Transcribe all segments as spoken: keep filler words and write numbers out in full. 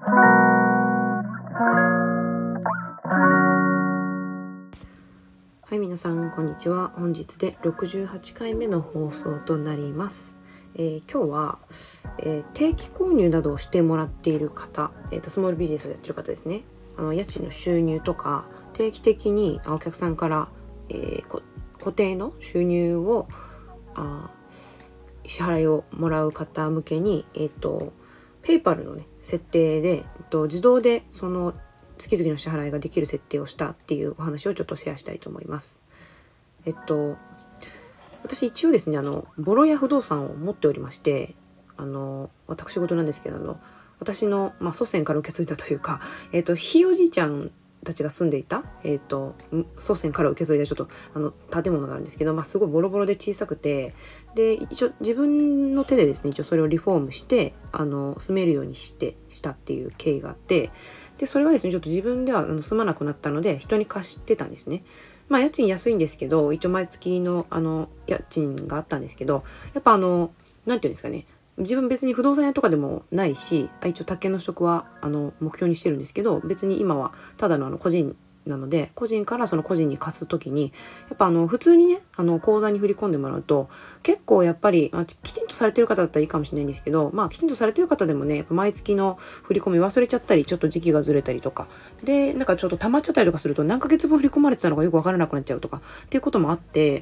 はい、皆さんこんにちは。本日でろくじゅうはちかいめの放送となります。えー、今日は、えー、定期購入などをしてもらっている方、えーと、スモールビジネスをやっている方ですね。あの家賃の収入とか定期的にお客さんから、えー、固定の収入をあ支払いをもらう方向けに、えーと、ペイパルの、ね、設定で、えーと、自動でその月々の支払いができる設定をしたっていうお話をちょっとシェアしたいと思います。えっと私一応ですねあのボロ屋不動産を持っておりまして、あの私事なんですけどあの私の、まあ、祖先から受け継いだというか、えっとひいおじいちゃんたちが住んでいた、えっと祖先から受け継いだちょっとあの建物があるんですけど、まあ、すごいボロボロで小さくて、で一応自分の手でですね一応それをリフォームしてあの住めるようにしてしたっていう経緯があって、でそれはですねちょっと自分ではあの住まなくなったので人に貸してたんですね。まあ家賃安いんですけど、一応毎月のあの家賃があったんですけど、やっぱあのなんていうんですかね、自分別に不動産屋とかでもないし、一応宅建の取得はあの目標にしてるんですけど、別に今はただのあの個人なので、個人からその個人に貸すときにやっぱあの普通にねあの口座に振り込んでもらうと結構やっぱり、まあ、きちんとされてる方だったらいいかもしれないんですけど、まあきちんとされてる方でもねやっぱ毎月の振り込み忘れちゃったり、ちょっと時期がずれたりとかでなんかちょっと溜まっちゃったりとかすると何ヶ月分振り込まれてたのかよくわからなくなっちゃうとかっていうこともあって、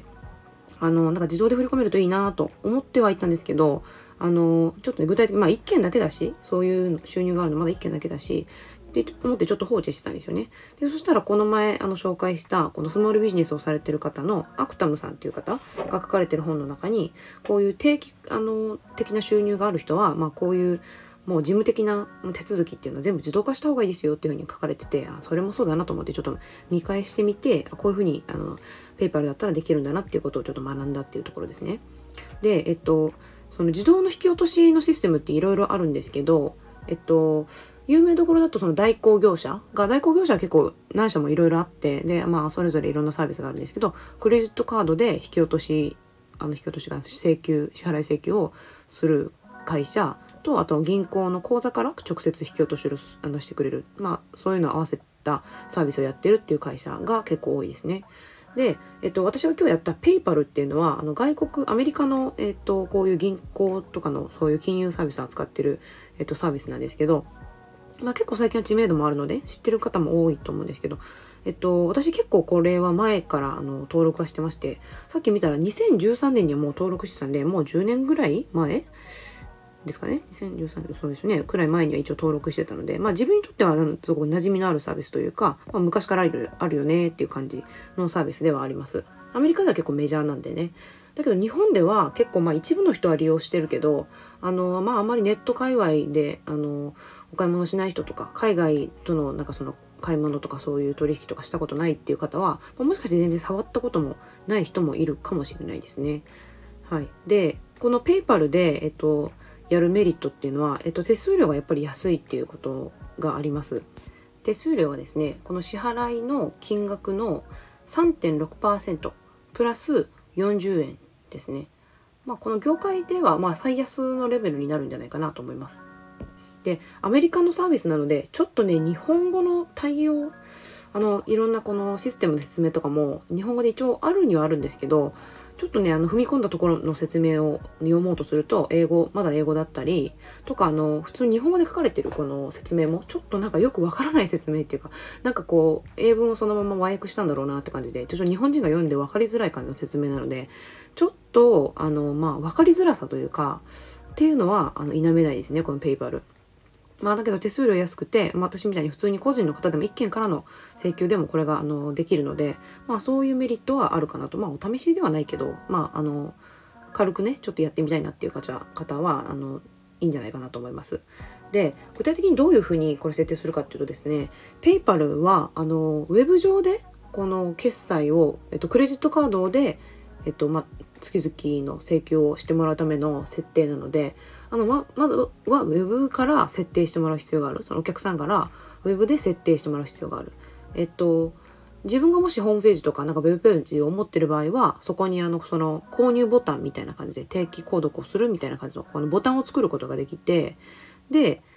あのなんか自動で振り込めるといいなと思ってはいたんですけど、あのちょっと、ね、具体的にまあいっけんだけだし、そういう収入があるのまだいっけんだけだしで思ってちょっと放置してたんですよね。でそしたらこの前あの紹介したこのスモールビジネスをされてる方のアクタムさんっていう方が書かれてる本の中に、こういう定期あの的な収入がある人は、まあ、こういうもう事務的な手続きっていうのは全部自動化した方がいいですよっていうふうに書かれてて、あそれもそうだなと思ってちょっと見返してみて、こういうふうにあのペイパルだったらできるんだなっていうことをちょっと学んだっていうところですね。でえっとその自動の引き落としのシステムっていろいろあるんですけど、えっと有名どころだとその代行業者が代行業者は結構何社もいろいろあって、でまあそれぞれいろんなサービスがあるんですけど、クレジットカードで引き落としあの引き落としが請求支払い請求をする会社と、あと銀行の口座から直接引き落としをあのしてくれる、まあそういうのを合わせたサービスをやってるっていう会社が結構多いですね。で、えっと、私が今日やったペイパルっていうのはあの外国アメリカの、えっと、こういう銀行とかのそういう金融サービスを扱ってる、えっと、サービスなんですけど、まあ、結構最近は知名度もあるので知ってる方も多いと思うんですけど、えっと、私結構これは前からあの登録はしてまして、さっき見たらにせんじゅうさんねんにはもう登録してたんで、もうじゅうねんぐらい前ですかね。にせんじゅうさんねん、そうですね。くらい前には一応登録してたので、まあ自分にとってはすごく馴染みのあるサービスというか、まあ、昔からあるあるよねっていう感じのサービスではあります。アメリカでは結構メジャーなんでね。だけど日本では結構まあ一部の人は利用してるけど、あのまああまりネット界隈であのお買い物しない人とか、海外とのなんかその買い物とかそういう取引とかしたことないっていう方は、もしかして全然触ったこともない人もいるかもしれないですね。はい。で、このペイパルでえっとやるメリットっていうのは、えっと、手数料がやっぱり安いっていうことがあります。手数料はですね、この支払いの金額の さんてんろくパーセント プラスよんじゅうえんですね。まあ、この業界ではまあ最安のレベルになるんじゃないかなと思います。で、アメリカのサービスなので、ちょっとね、日本語の対応、あの、いろんなこのシステムの説明とかも日本語で一応あるにはあるんですけど、ちょっとねあの踏み込んだところの説明を読もうとすると英語まだ英語だったりとか、あの普通に日本語で書かれてるこの説明もちょっとなんかよくわからない説明っていうか、なんかこう英文をそのまま和訳したんだろうなって感じで、ちょっと日本人が読んで分かりづらい感じの説明なので、ちょっとあのまあ分かりづらさというかっていうのはあの否めないですね、このペイパル。まあだけど手数料安くて、まあ、私みたいに普通に個人の方でもいっけんからの請求でもこれがあのできるので、まあそういうメリットはあるかなと。まあお試しではないけど、まああの軽くねちょっとやってみたいなっていう方はあのいいんじゃないかなと思います。で、具体的にどういうふうにこれ設定するかっていうとですね、ペイパルはあのウェブ上でこの決済を、えっと、クレジットカードで、えっとまあ、月々の請求をしてもらうための設定なので、あの ま, まずはウェブから設定してもらう必要がある。そのお客さんからウェブで設定してもらう必要がある。えっと自分がもしホームページとかなんかウェブページを持ってる場合は、そこにあのその購入ボタンみたいな感じで定期購読をするみたいな感じのこのボタンを作ることができて、で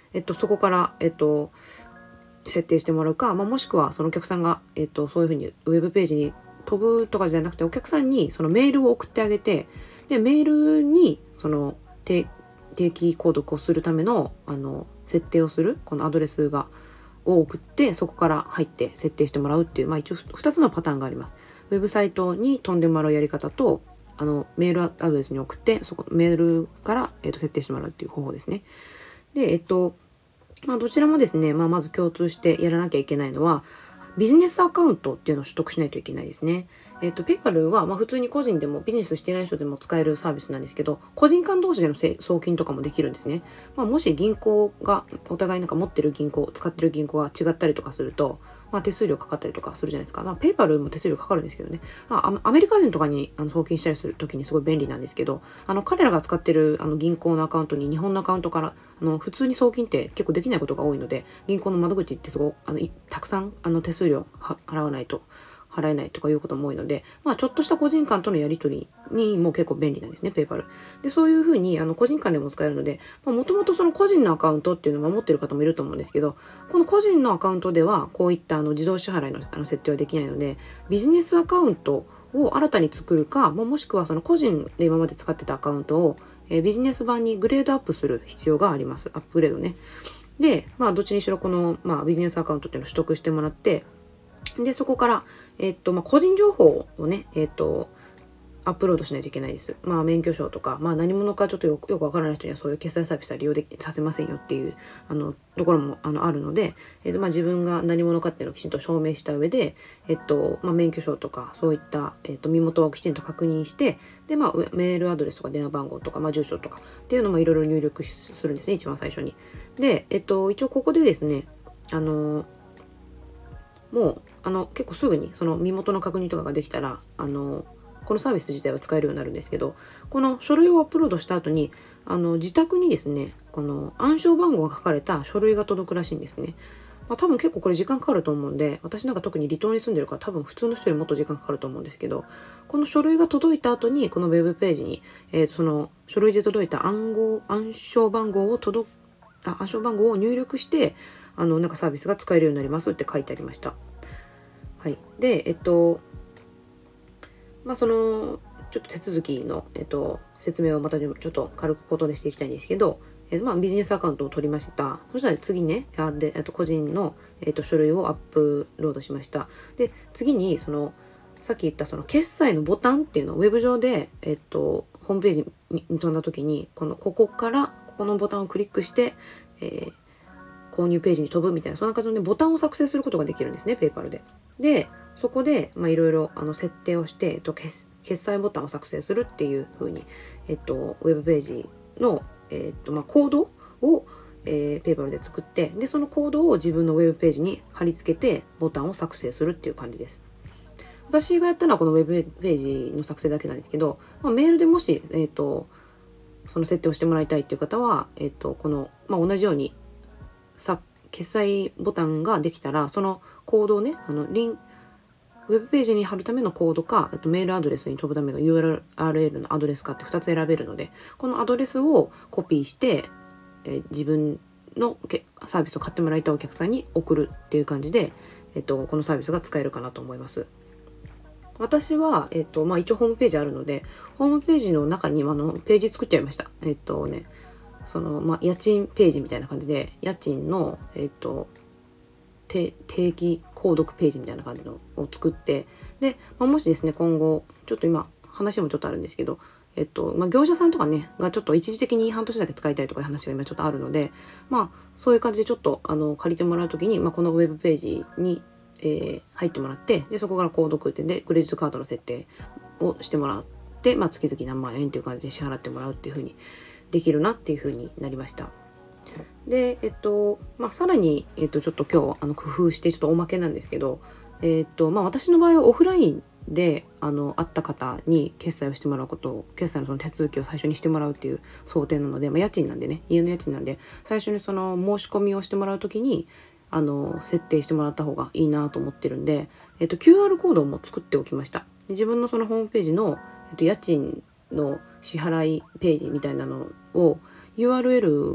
えっと、そこから、えっと、設定してもらうか、まあ、もしくはそのお客さんが、えっと、そういうふうにウェブページに飛ぶとかじゃなくて、お客さんにそのメールを送ってあげて、でメールにその定期購読をするためのあの設定をするこのアドレスがを送って、そこから入って設定してもらうっていう、まあ、一応ふたつのパターンがあります。ウェブサイトに飛んでもらうやり方と、あのメールアドレスに送って、そこメールから、えっと、設定してもらうっていう方法ですね。で、えっとまあ、どちらもですね、まあ、まず共通してやらなきゃいけないのは、ビジネスアカウントっていうのを取得しないといけないですね。えっと、ペイパルは、まあ、普通に個人でもビジネスしてない人でも使えるサービスなんですけど、個人間同士での送金とかもできるんですね。まあ、もし銀行が、お互いなんか持ってる銀行、使ってる銀行が違ったりとかすると、まあ、手数料かかったりとかするじゃないですか。まあ、ペイパルも手数料かかるんですけどね。まあ、アメリカ人とかにあの送金したりするときにすごい便利なんですけど、あの、彼らが使ってるあの銀行のアカウントに日本のアカウントからあの普通に送金って結構できないことが多いので、銀行の窓口ってすごいあのたくさんあの手数料払わないと払えないとかいうことも多いので、まあ、ちょっとした個人間とのやり取りにも結構便利なんですね、ペイパル。で、そういうふうにあの個人間でも使えるので、もともとその個人のアカウントっていうのを持っている方もいると思うんですけど、この個人のアカウントではこういったあの自動支払いのあの設定はできないので、ビジネスアカウントを新たに作るか、もしくはその個人で今まで使ってたアカウントをえビジネス版にグレードアップする必要があります。アップグレードね。で、まあ、どっちにしろこの、まあ、ビジネスアカウントっていうのを取得してもらって、で、そこから、えっと、まあ、個人情報をね、えっと、アップロードしないといけないです。まあ、免許証とか、まあ、何者かちょっとよくよくわからない人にはそういう決済サービスは利用できさせませんよっていうあのところもあのあるので、えっとまあ、自分が何者かっていうのをきちんと証明した上で、えっとまあ、免許証とかそういった、えっと、身元をきちんと確認して、で、まあ、メールアドレスとか電話番号とか、まあ、住所とかっていうのもいろいろ入力するんですね、一番最初に。で、えっと、一応ここでですね、あのもうあの結構すぐにその身元の確認とかができたら、あのこのサービス自体は使えるようになるんですけど、この書類をアップロードした後にあの自宅にですね、この暗証番号が書かれた書類が届くらしいんですね。まあ、多分結構これ時間かかると思うんで、私なんか特に離島に住んでるから多分普通の人よりもっと時間かかると思うんですけど、この書類が届いた後にこのウェブページに、えー、その書類で届いた暗号暗証番号を届あ暗証番号を入力して、あのなんかサービスが使えるようになりますって書いてありました。はい。で、えっとまあ、そのちょっと手続きの、えっと、説明をまたちょっと軽くことでしていきたいんですけど、えまあ、ビジネスアカウントを取りました。そしたら次ね、あであと個人の、えっと、書類をアップロードしました。で、次にそのさっき言ったその決済のボタンっていうのをウェブ上で、えっと、ホームページに飛んだ時に、このここからここのボタンをクリックして、えー購入ページに飛ぶみたいな、そんな感じでボタンを作成することができるんですね、ペイパルで。で、そこでいろいろ設定をして、えっと、決, 決済ボタンを作成するっていう風に、えっと、ウェブページの、えっとまあ、コードを、えー、ペイパルで作って、で、そのコードを自分のウェブページに貼り付けてボタンを作成するっていう感じです。私がやったのはこのウェブページの作成だけなんですけど、まあ、メールでもし、えっと、その設定をしてもらいたいっていう方は、えっと、この、まあ、同じようにさ決済ボタンができたら、そのコードをね、あのリンウェブページに貼るためのコードか、あとメールアドレスに飛ぶための ユーアールエル のアドレスかってふたつ選べるので、このアドレスをコピーして、えー、自分のサービスを買ってもらいたいお客さんに送るっていう感じで、えっと、このサービスが使えるかなと思います。私は、えっとまあ、一応ホームページあるので、ホームページの中にあのページ作っちゃいました。えっとねそのまあ、家賃ページみたいな感じで、家賃の、えっと、定期購読ページみたいな感じのを作って、で、まあ、もしですね、今後、ちょっと今、話もちょっとあるんですけど、えっと、まあ、業者さんとかね、がちょっと一時的に半年だけ使いたいとかいう話が今ちょっとあるので、まあ、そういう感じでちょっと、あの、借りてもらうときに、まあ、このウェブページに、えー、入ってもらって、で、そこから購読ってで、クレジットカードの設定をしてもらって、まあ、月々何万円っていう感じで支払ってもらうっていう風にできるなっていう風になりました。で、えっと、まあ、さらに、えっと、ちょっと今日あの工夫してちょっとおまけなんですけど、えっと、まあ、私の場合はオフラインであの会った方に決済をしてもらうことを、決済のその手続きを最初にしてもらうっていう想定なので、まあ、家賃なんでね、家の家賃なんで、最初にその申し込みをしてもらうときに、あの、設定してもらった方がいいなと思ってるんで、えっと、キューアール コードも作っておきました。で、自分のそのホームページの、えっと、家賃の支払いページみたいなのを ユーアールエル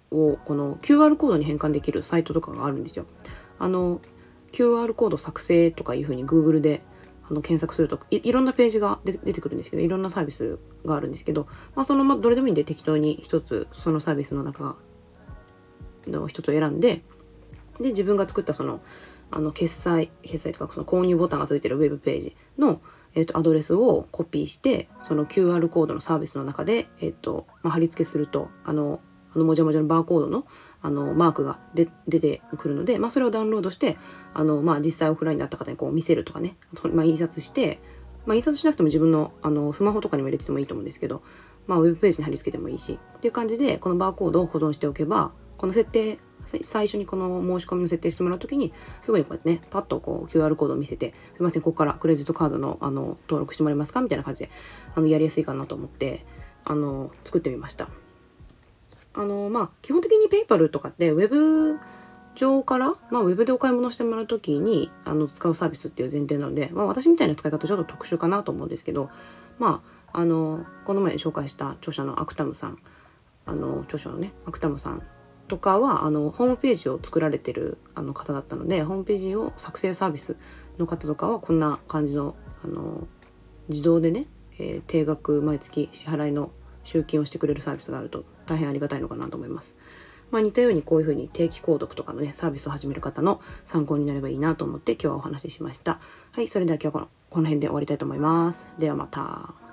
をこの キューアール コードに変換できるサイトとかがあるんですよ。あの キューアール コード作成とかいう風に Google であの検索すると い, いろんなページがで出てくるんですけど、いろんなサービスがあるんですけど、まあ、そのまあどれでもいいんで適当に一つそのサービスの中の一つを選んで、で自分が作ったそのあの決済決済とかその購入ボタンがついてるウェブページの、えー、とアドレスをコピーしてその キューアール コードのサービスの中で、えーとまあ、貼り付けするとあのあのもじゃもじゃのバーコードのあのマークがで出てくるので、まあ、それをダウンロードしてあの、まあ、実際オフラインであった方にこう見せるとかね、まあ、印刷して、まあ、印刷しなくても自分の、あのスマホとかにも入れててもいいと思うんですけど、まあ、ウェブページに貼り付けてもいいしっていう感じでこのバーコードを保存しておけば、この設定最初にこの申し込みの設定してもらうときにすぐにこうやってねパッとこう キューアール コードを見せて、すいませんここからクレジットカードのあの登録してもらえますかみたいな感じであのやりやすいかなと思ってあの作ってみました。あのまあ基本的にペイパルとかってウェブ上から、まあ、ウェブでお買い物してもらうときにあの使うサービスっていう前提なので、まあ、私みたいな使い方ちょっと特殊かなと思うんですけど、まああのこの前紹介した著者のアクタムさん、あの著書のねアクタムさんとかはあのホームページを作られてるあの方だったので、ホームページを作成サービスの方とかはこんな感じの、あの自動でね、えー、定額毎月支払いの集金をしてくれるサービスがあると大変ありがたいのかなと思います。まあ、似たようにこういうふうに定期購読とかのねサービスを始める方の参考になればいいなと思って今日はお話ししました。はい、それでは今日はこの、この辺で終わりたいと思います。ではまた。